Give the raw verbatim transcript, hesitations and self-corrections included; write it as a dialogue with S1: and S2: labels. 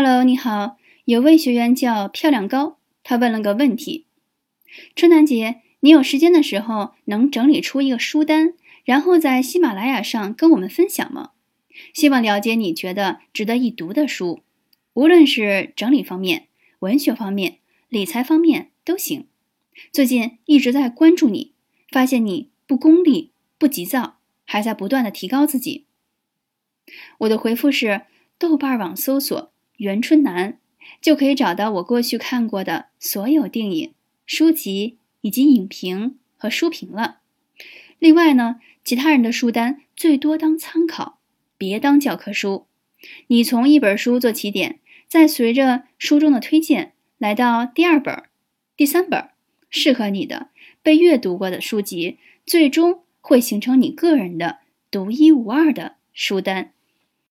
S1: Hello，你好，有位学员叫漂亮高，他问了个问题：春楠姐，你有时间的时候能整理出一个书单，然后在喜马拉雅上跟我们分享吗？希望了解你觉得值得一读的书，无论是整理方面、文学方面、理财方面都行。最近一直在关注你，发现你不功利、不急躁，还在不断的提高自己。我的回复是：豆瓣网搜索袁春楠，就可以找到我过去看过的所有电影、书籍以及影评和书评了。另外呢，其他人的书单最多当参考，别当教科书。你从一本书做起点，再随着书中的推荐来到第二本、第三本，适合你的被阅读过的书籍，最终会形成你个人的独一无二的书单。